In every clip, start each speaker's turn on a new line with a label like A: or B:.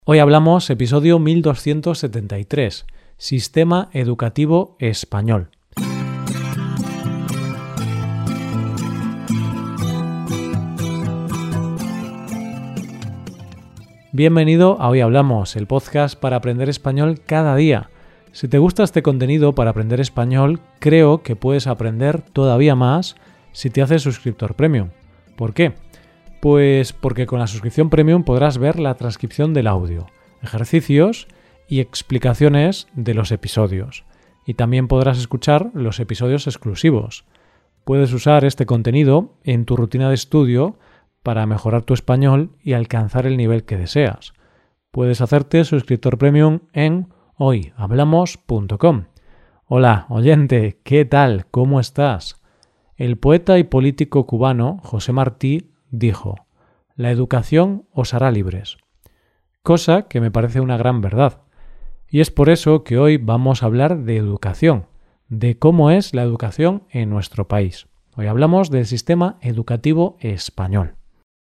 A: Hoy hablamos episodio 1273, Sistema Educativo Español. Bienvenido a Hoy Hablamos, el podcast para aprender español cada día. Si te gusta este contenido para aprender español, creo que puedes aprender todavía más si te haces suscriptor premium. ¿Por qué? Pues porque con la suscripción premium podrás ver la transcripción del audio, ejercicios y explicaciones de los episodios. Y también podrás escuchar los episodios exclusivos. Puedes usar este contenido en tu rutina de estudio para mejorar tu español y alcanzar el nivel que deseas. Puedes hacerte suscriptor premium en hoyhablamos.com. Hola, oyente, ¿qué tal? ¿Cómo estás? El poeta y político cubano José Martí dijo: «La educación os hará libres», cosa que me parece una gran verdad. Y es por eso que hoy vamos a hablar de educación, de cómo es la educación en nuestro país. Hoy hablamos del sistema educativo español.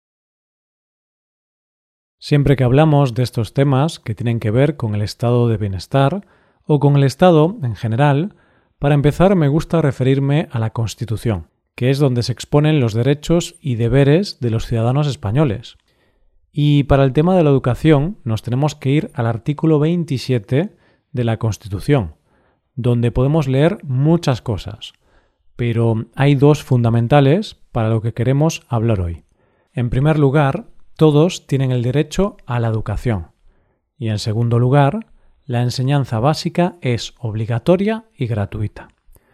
A: Siempre que hablamos de estos temas que tienen que ver con el estado de bienestar o con el Estado en general, para empezar me gusta referirme a la Constitución, que es donde se exponen los derechos y deberes de los ciudadanos españoles. Y para el tema de la educación nos tenemos que ir al artículo 27 de la Constitución, donde podemos leer muchas cosas, pero hay dos fundamentales para lo que queremos hablar hoy. En primer lugar, todos tienen el derecho a la educación. Y en segundo lugar, la enseñanza básica es obligatoria y gratuita.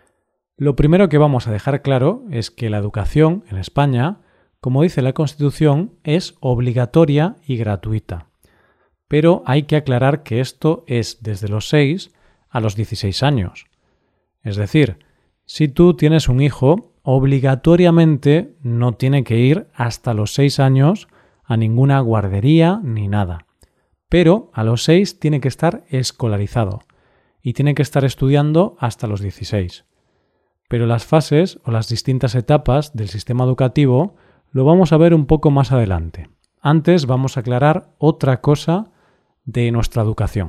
A: Lo primero que vamos a dejar claro es que la educación en España, como dice la Constitución, es obligatoria y gratuita. Pero hay que aclarar que esto es desde los 6 a los 16 años. Es decir, si tú tienes un hijo, obligatoriamente no tiene que ir hasta los 6 años a ninguna guardería ni nada. Pero a los 6 tiene que estar escolarizado y tiene que estar estudiando hasta los 16. Pero las fases o las distintas etapas del sistema educativo lo vamos a ver un poco más adelante. Antes vamos a aclarar otra cosa de nuestra educación.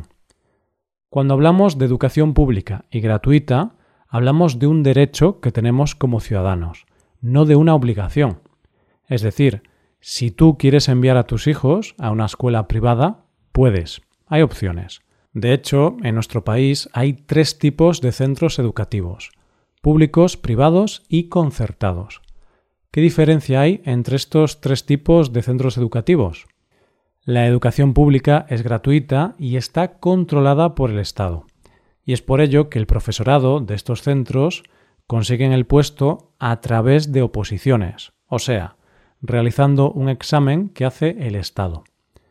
A: Cuando hablamos de educación pública y gratuita, hablamos de un derecho que tenemos como ciudadanos, no de una obligación. Es decir, si tú quieres enviar a tus hijos a una escuela privada, puedes. Hay opciones. De hecho, en nuestro país hay 3 tipos de centros educativos: públicos, privados y concertados. ¿Qué diferencia hay entre estos 3 tipos de centros educativos? La educación pública es gratuita y está controlada por el Estado. Y es por ello que el profesorado de estos centros consiguen el puesto a través de oposiciones, o sea, realizando un examen que hace el Estado.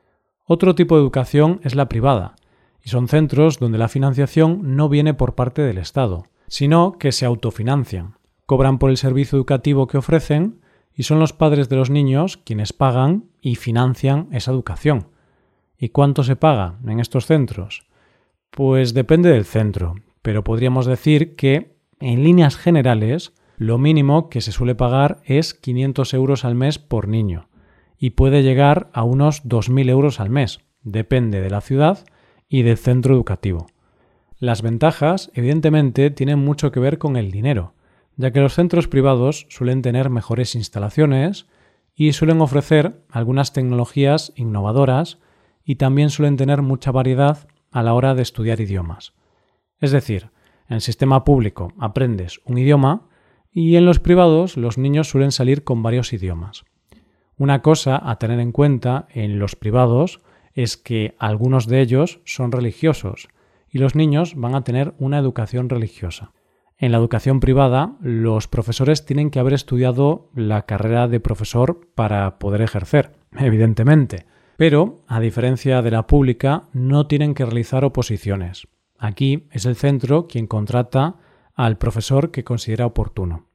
A: Otro tipo de educación es la privada, y son centros donde la financiación no viene por parte del Estado, sino que se autofinancian, cobran por el servicio educativo que ofrecen y son los padres de los niños quienes pagan y financian esa educación. ¿Y cuánto se paga en estos centros? Pues depende del centro, pero podríamos decir que, en líneas generales, lo mínimo que se suele pagar es 500 euros al mes por niño y puede llegar a unos 2.000 euros al mes, depende de la ciudad y del centro educativo. Las ventajas, evidentemente, tienen mucho que ver con el dinero, ya que los centros privados suelen tener mejores instalaciones y suelen ofrecer algunas tecnologías innovadoras y también suelen tener mucha variedad a la hora de estudiar idiomas. Es decir, en el sistema público aprendes un idioma y en los privados los niños suelen salir con varios idiomas. Una cosa a tener en cuenta en los privados es que algunos de ellos son religiosos y los niños van a tener una educación religiosa. En la educación privada, los profesores tienen que haber estudiado la carrera de profesor para poder ejercer, evidentemente. Pero, a diferencia de la pública, no tienen que realizar oposiciones. Aquí es el centro quien contrata al profesor que considera oportuno.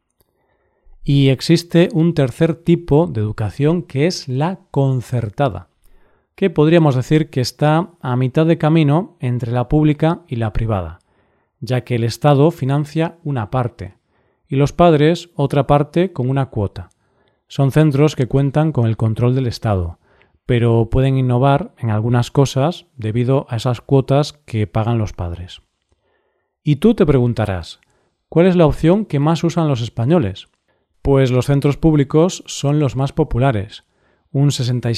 A: Y existe un tercer tipo de educación que es la concertada, que podríamos decir que está a mitad de camino entre la pública y la privada, ya que el Estado financia una parte y los padres otra parte con una cuota. Son centros que cuentan con el control del Estado, pero pueden innovar en algunas cosas debido a esas cuotas que pagan los padres. Y tú te preguntarás, ¿cuál es la opción que más usan los españoles? Pues los centros públicos son los más populares. Un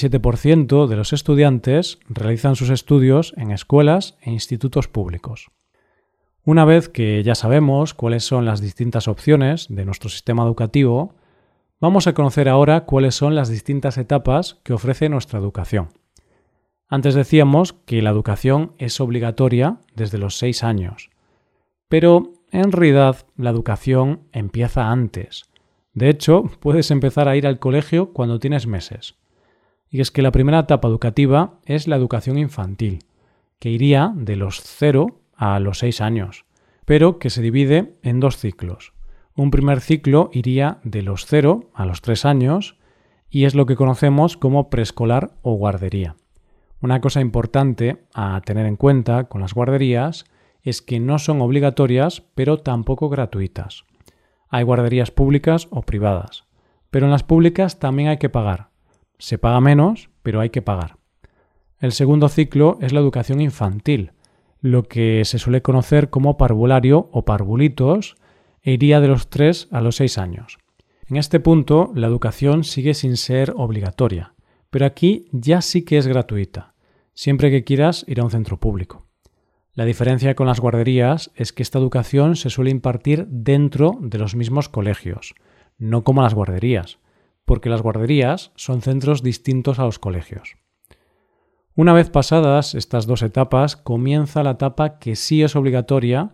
A: 67% de los estudiantes realizan sus estudios en escuelas e institutos públicos. Una vez que ya sabemos cuáles son las distintas opciones de nuestro sistema educativo, vamos a conocer ahora cuáles son las distintas etapas que ofrece nuestra educación. Antes decíamos que la educación es obligatoria desde los 6 años, pero en realidad la educación empieza antes. De hecho, puedes empezar a ir al colegio cuando tienes meses. Y es que la primera etapa educativa es la educación infantil, que iría de los 0 a los 6 años, pero que se divide en 2 ciclos. Un primer ciclo iría de los 0 a los 3 años y es lo que conocemos como preescolar o guardería. Una cosa importante a tener en cuenta con las guarderías es que no son obligatorias, pero tampoco gratuitas. Hay guarderías públicas o privadas, pero en las públicas también hay que pagar. Se paga menos, pero hay que pagar. El segundo ciclo es la educación infantil, lo que se suele conocer como parvulario o parvulitos, e iría de los 3 a los 6 años. En este punto, la educación sigue sin ser obligatoria, pero aquí ya sí que es gratuita, siempre que quieras ir a un centro público. La diferencia con las guarderías es que esta educación se suele impartir dentro de los mismos colegios, no como las guarderías, porque las guarderías son centros distintos a los colegios. Una vez pasadas estas 2 etapas, comienza la etapa que sí es obligatoria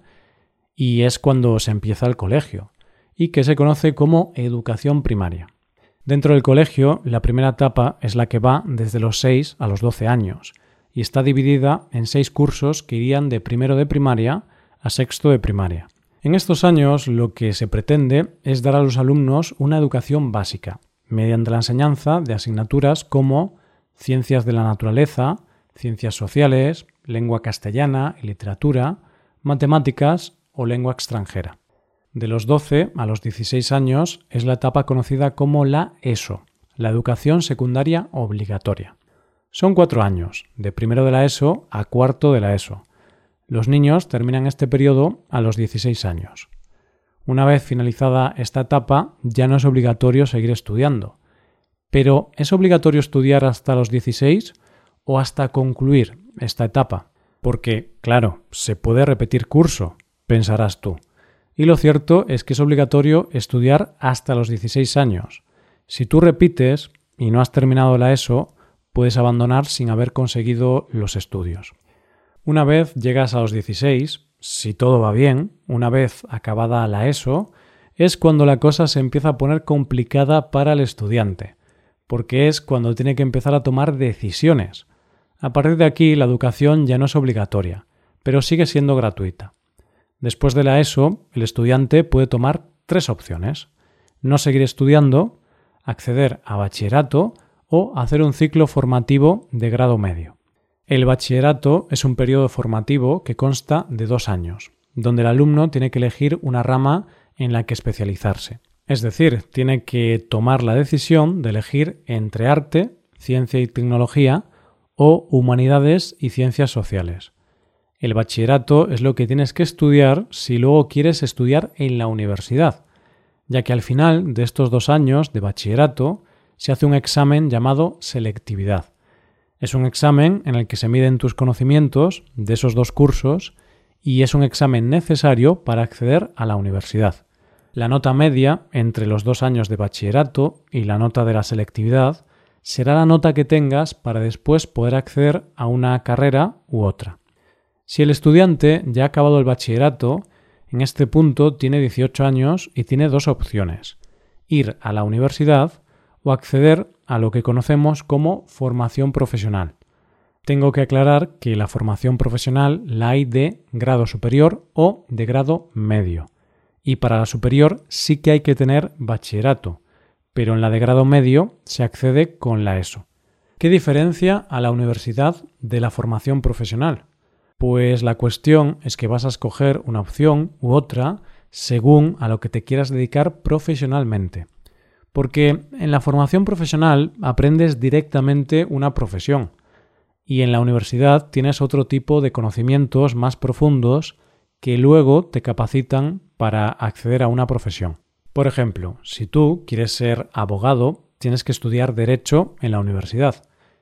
A: y es cuando se empieza el colegio, y que se conoce como educación primaria. Dentro del colegio, la primera etapa es la que va desde los 6 a los 12 años, y está dividida en 6 cursos que irían de primero de primaria a sexto de primaria. En estos años lo que se pretende es dar a los alumnos una educación básica, mediante la enseñanza de asignaturas como ciencias de la naturaleza, ciencias sociales, lengua castellana y literatura, matemáticas o lengua extranjera. De los 12 a los 16 años es la etapa conocida como la ESO, la educación secundaria obligatoria. Son 4 años, de primero de la ESO a cuarto de la ESO. Los niños terminan este periodo a los 16 años. Una vez finalizada esta etapa, ya no es obligatorio seguir estudiando. Pero ¿es obligatorio estudiar hasta los 16 o hasta concluir esta etapa? Porque, claro, se puede repetir curso, pensarás tú. Y lo cierto es que es obligatorio estudiar hasta los 16 años. Si tú repites y no has terminado la ESO, puedes abandonar sin haber conseguido los estudios. Una vez llegas a los 16, si todo va bien, una vez acabada la ESO, es cuando la cosa se empieza a poner complicada para el estudiante, porque es cuando tiene que empezar a tomar decisiones. A partir de aquí, la educación ya no es obligatoria, pero sigue siendo gratuita. Después de la ESO, el estudiante puede tomar 3 opciones: no seguir estudiando, acceder a bachillerato o hacer un ciclo formativo de grado medio. El bachillerato es un periodo formativo que consta de 2 años, donde el alumno tiene que elegir una rama en la que especializarse. Es decir, tiene que tomar la decisión de elegir entre arte, ciencia y tecnología o humanidades y ciencias sociales. El bachillerato es lo que tienes que estudiar si luego quieres estudiar en la universidad, ya que al final de estos 2 años de bachillerato se hace un examen llamado selectividad. Es un examen en el que se miden tus conocimientos de esos 2 cursos y es un examen necesario para acceder a la universidad. La nota media entre los 2 años de bachillerato y la nota de la selectividad será la nota que tengas para después poder acceder a una carrera u otra. Si el estudiante ya ha acabado el bachillerato, en este punto tiene 18 años y tiene 2 opciones: ir a la universidad o acceder a lo que conocemos como formación profesional. Tengo que aclarar que la formación profesional la hay de grado superior o de grado medio. Y para la superior sí que hay que tener bachillerato, pero en la de grado medio se accede con la ESO. ¿Qué diferencia a la universidad de la formación profesional? Pues la cuestión es que vas a escoger una opción u otra según a lo que te quieras dedicar profesionalmente. Porque en la formación profesional aprendes directamente una profesión y en la universidad tienes otro tipo de conocimientos más profundos que luego te capacitan para acceder a una profesión. Por ejemplo, si tú quieres ser abogado, tienes que estudiar Derecho en la universidad.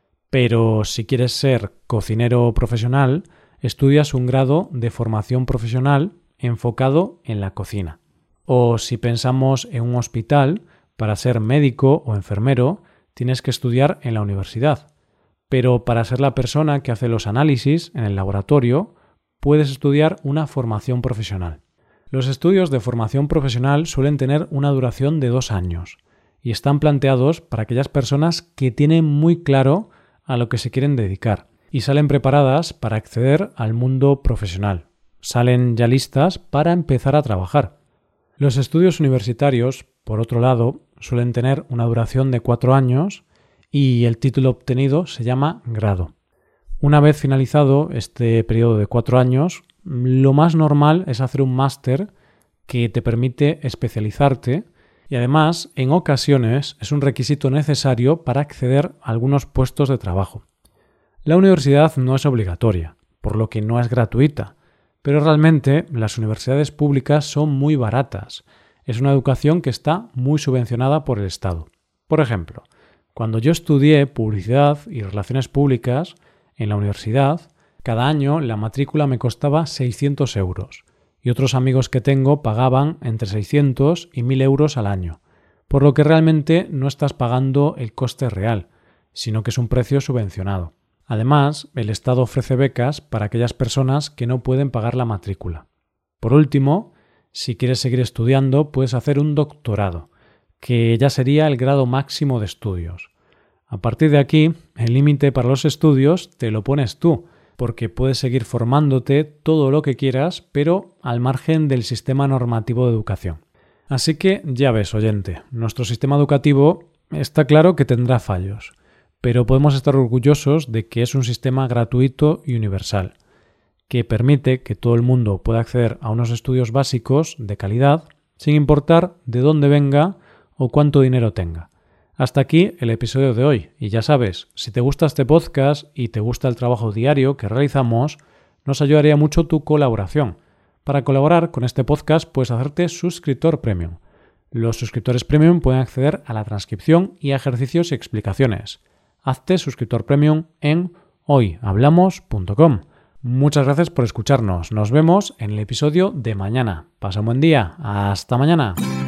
A: Pero si quieres ser cocinero profesional, estudias un grado de formación profesional enfocado en la cocina. O si pensamos en un hospital, para ser médico o enfermero, tienes que estudiar en la universidad. Pero para ser la persona que hace los análisis en el laboratorio, puedes estudiar una formación profesional. Los estudios de formación profesional suelen tener una duración de 2 años y están planteados para aquellas personas que tienen muy claro a lo que se quieren dedicar y salen preparadas para acceder al mundo profesional. Salen ya listas para empezar a trabajar. Los estudios universitarios, por otro lado, suelen tener una duración de 4 años y el título obtenido se llama grado. Una vez finalizado este periodo de 4 años, lo más normal es hacer un máster que te permite especializarte y además, en ocasiones, es un requisito necesario para acceder a algunos puestos de trabajo. La universidad no es obligatoria, por lo que no es gratuita, pero realmente las universidades públicas son muy baratas. Es una educación que está muy subvencionada por el Estado. Por ejemplo, cuando yo estudié Publicidad y Relaciones Públicas en la universidad, cada año la matrícula me costaba 600 euros y otros amigos que tengo pagaban entre 600 y 1.000 euros al año, por lo que realmente no estás pagando el coste real, sino que es un precio subvencionado. Además, el Estado ofrece becas para aquellas personas que no pueden pagar la matrícula. Por último, si quieres seguir estudiando, puedes hacer un doctorado, que ya sería el grado máximo de estudios. A partir de aquí, el límite para los estudios te lo pones tú, porque puedes seguir formándote todo lo que quieras, pero al margen del sistema normativo de educación. Así que ya ves, oyente, nuestro sistema educativo está claro que tendrá fallos, pero podemos estar orgullosos de que es un sistema gratuito y universal, que permite que todo el mundo pueda acceder a unos estudios básicos de calidad, sin importar de dónde venga o cuánto dinero tenga. Hasta aquí el episodio de hoy, y ya sabes, si te gusta este podcast y te gusta el trabajo diario que realizamos, nos ayudaría mucho tu colaboración. Para colaborar con este podcast puedes hacerte suscriptor premium. Los suscriptores premium pueden acceder a la transcripción y a ejercicios y explicaciones. Hazte suscriptor premium en hoyhablamos.com. Muchas gracias por escucharnos. Nos vemos en el episodio de mañana. Pasa un buen día. Hasta mañana.